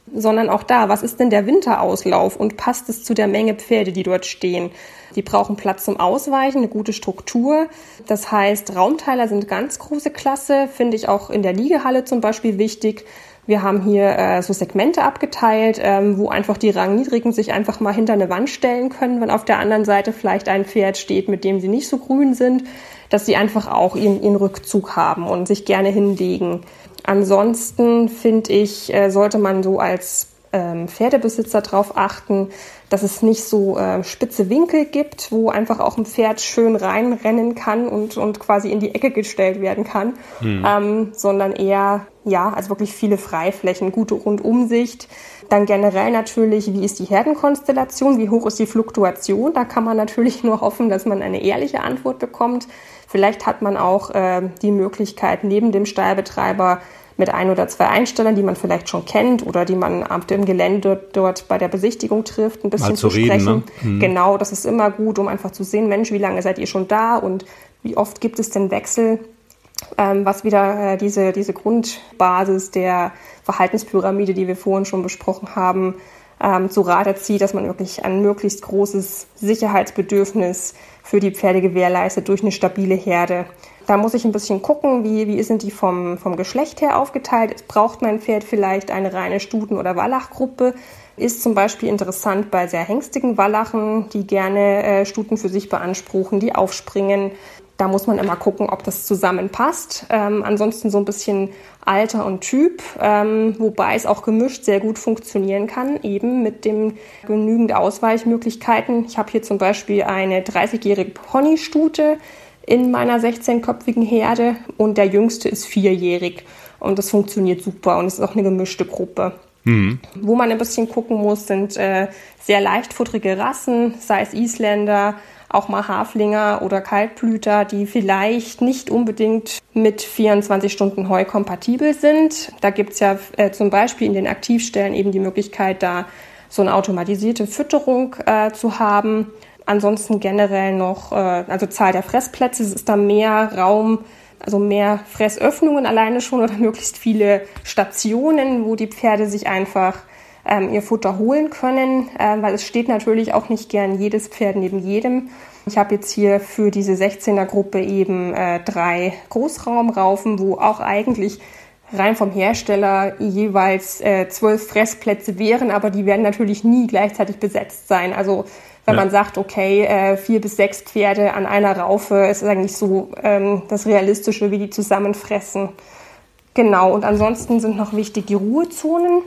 sondern auch da, was ist denn der Winterauslauf und passt es zu der Menge Pferde, die dort stehen? Die brauchen Platz zum Ausweichen, eine gute Struktur. Das heißt, Raumteiler sind ganz große Klasse, finde ich auch in der Liegehalle zum Beispiel wichtig. Wir haben hier äh, so Segmente abgeteilt, ähm, wo einfach die Rangniedrigen sich einfach mal hinter eine Wand stellen können, wenn auf der anderen Seite vielleicht ein Pferd steht, mit dem sie nicht so grün sind, dass sie einfach auch ihren, ihren Rückzug haben und sich gerne hinlegen. Ansonsten finde ich, äh, sollte man so als ähm, Pferdebesitzer darauf achten, dass es nicht so äh, spitze Winkel gibt, wo einfach auch ein Pferd schön reinrennen kann und, und quasi in die Ecke gestellt werden kann, mhm. ähm, sondern eher, ja, also wirklich viele Freiflächen, gute Rundumsicht. Dann generell natürlich, wie ist die Herdenkonstellation, wie hoch ist die Fluktuation? Da kann man natürlich nur hoffen, dass man eine ehrliche Antwort bekommt. Vielleicht hat man auch äh, die Möglichkeit, neben dem Stallbetreiber mit ein oder zwei Einstellern, die man vielleicht schon kennt oder die man auf dem Gelände dort bei der Besichtigung trifft, ein bisschen zu, zu sprechen. Reden, ne? Mhm. Genau, das ist immer gut, um einfach zu sehen, Mensch, wie lange seid ihr schon da und wie oft gibt es denn Wechsel, ähm, was wieder äh, diese, diese Grundbasis der Verhaltenspyramide, die wir vorhin schon besprochen haben, ähm, zu Rate zieht, dass man wirklich ein möglichst großes Sicherheitsbedürfnis für die Pferde gewährleistet durch eine stabile Herde. Da muss ich ein bisschen gucken, wie, wie sind die vom, vom Geschlecht her aufgeteilt. Braucht mein Pferd vielleicht eine reine Stuten- oder Wallachgruppe? Ist zum Beispiel interessant bei sehr hengstigen Wallachen, die gerne äh, Stuten für sich beanspruchen, die aufspringen. Da muss man immer gucken, ob das zusammenpasst. Ähm, ansonsten so ein bisschen Alter und Typ, ähm, wobei es auch gemischt sehr gut funktionieren kann, eben mit dem genügend Ausweichmöglichkeiten. Ich habe hier zum Beispiel eine dreißigjährige Ponystute in meiner sechzehnköpfigen Herde und der jüngste ist vierjährig und das funktioniert super und es ist auch eine gemischte Gruppe. Mhm. Wo man ein bisschen gucken muss, sind äh, sehr leichtfutterige Rassen, sei es Isländer, auch mal Haflinger oder Kaltblüter, die vielleicht nicht unbedingt mit vierundzwanzig Stunden Heu kompatibel sind. Da gibt's ja äh, zum Beispiel in den Aktivstellen eben die Möglichkeit, da so eine automatisierte Fütterung äh, zu haben. Ansonsten generell noch, äh, also Zahl der Fressplätze, es ist da mehr Raum, also mehr Fressöffnungen alleine schon oder möglichst viele Stationen, wo die Pferde sich einfach ähm, ihr Futter holen können, äh, weil es steht natürlich auch nicht gern jedes Pferd neben jedem. Ich habe jetzt hier für diese sechzehner-Gruppe eben äh, drei Großraumraufen, wo auch eigentlich rein vom Hersteller jeweils äh, zwölf Fressplätze wären, aber die werden natürlich nie gleichzeitig besetzt sein. Also wenn ja. man sagt, okay, äh, vier bis sechs Pferde an einer Raufe, ist eigentlich so ähm, das Realistische, wie die zusammen fressen. Genau, und ansonsten sind noch wichtig die Ruhezonen.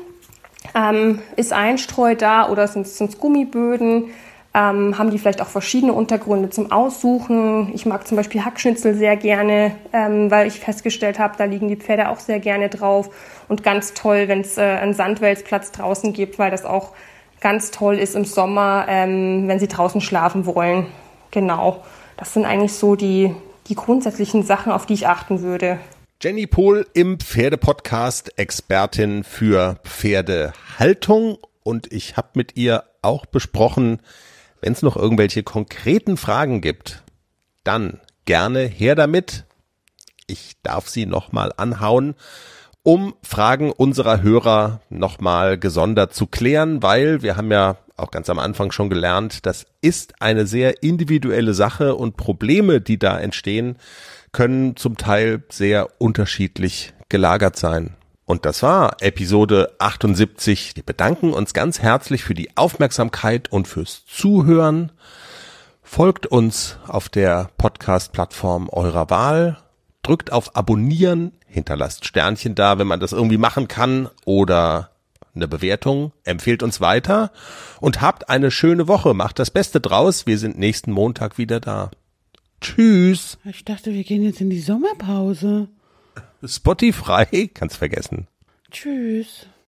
Ähm, ist Einstreu da oder sind es Gummiböden? Ähm, haben die vielleicht auch verschiedene Untergründe zum Aussuchen? Ich mag zum Beispiel Hackschnitzel sehr gerne, ähm, weil ich festgestellt habe, da liegen die Pferde auch sehr gerne drauf. Und ganz toll, wenn es äh, einen Sandwälzplatz draußen gibt, weil das auch ganz toll ist im Sommer, ähm, wenn sie draußen schlafen wollen. Genau, das sind eigentlich so die, die grundsätzlichen Sachen, auf die ich achten würde. Jenny Pohl im Pferdepodcast, Expertin für Pferdehaltung. Und ich habe mit ihr auch besprochen, wenn es noch irgendwelche konkreten Fragen gibt, dann gerne her damit. Ich darf sie nochmal anhauen, um Fragen unserer Hörer nochmal gesondert zu klären, weil wir haben ja auch ganz am Anfang schon gelernt, das ist eine sehr individuelle Sache und Probleme, die da entstehen, können zum Teil sehr unterschiedlich gelagert sein. Und das war Episode achtundsiebzig. Wir bedanken uns ganz herzlich für die Aufmerksamkeit und fürs Zuhören. Folgt uns auf der Podcast-Plattform eurer Wahl. Drückt auf Abonnieren, hinterlasst Sternchen da, wenn man das irgendwie machen kann, oder eine Bewertung. Empfehlt uns weiter und habt eine schöne Woche. Macht das Beste draus. Wir sind nächsten Montag wieder da. Tschüss. Ich dachte, wir gehen jetzt in die Sommerpause. Spotify, kannst vergessen. Tschüss.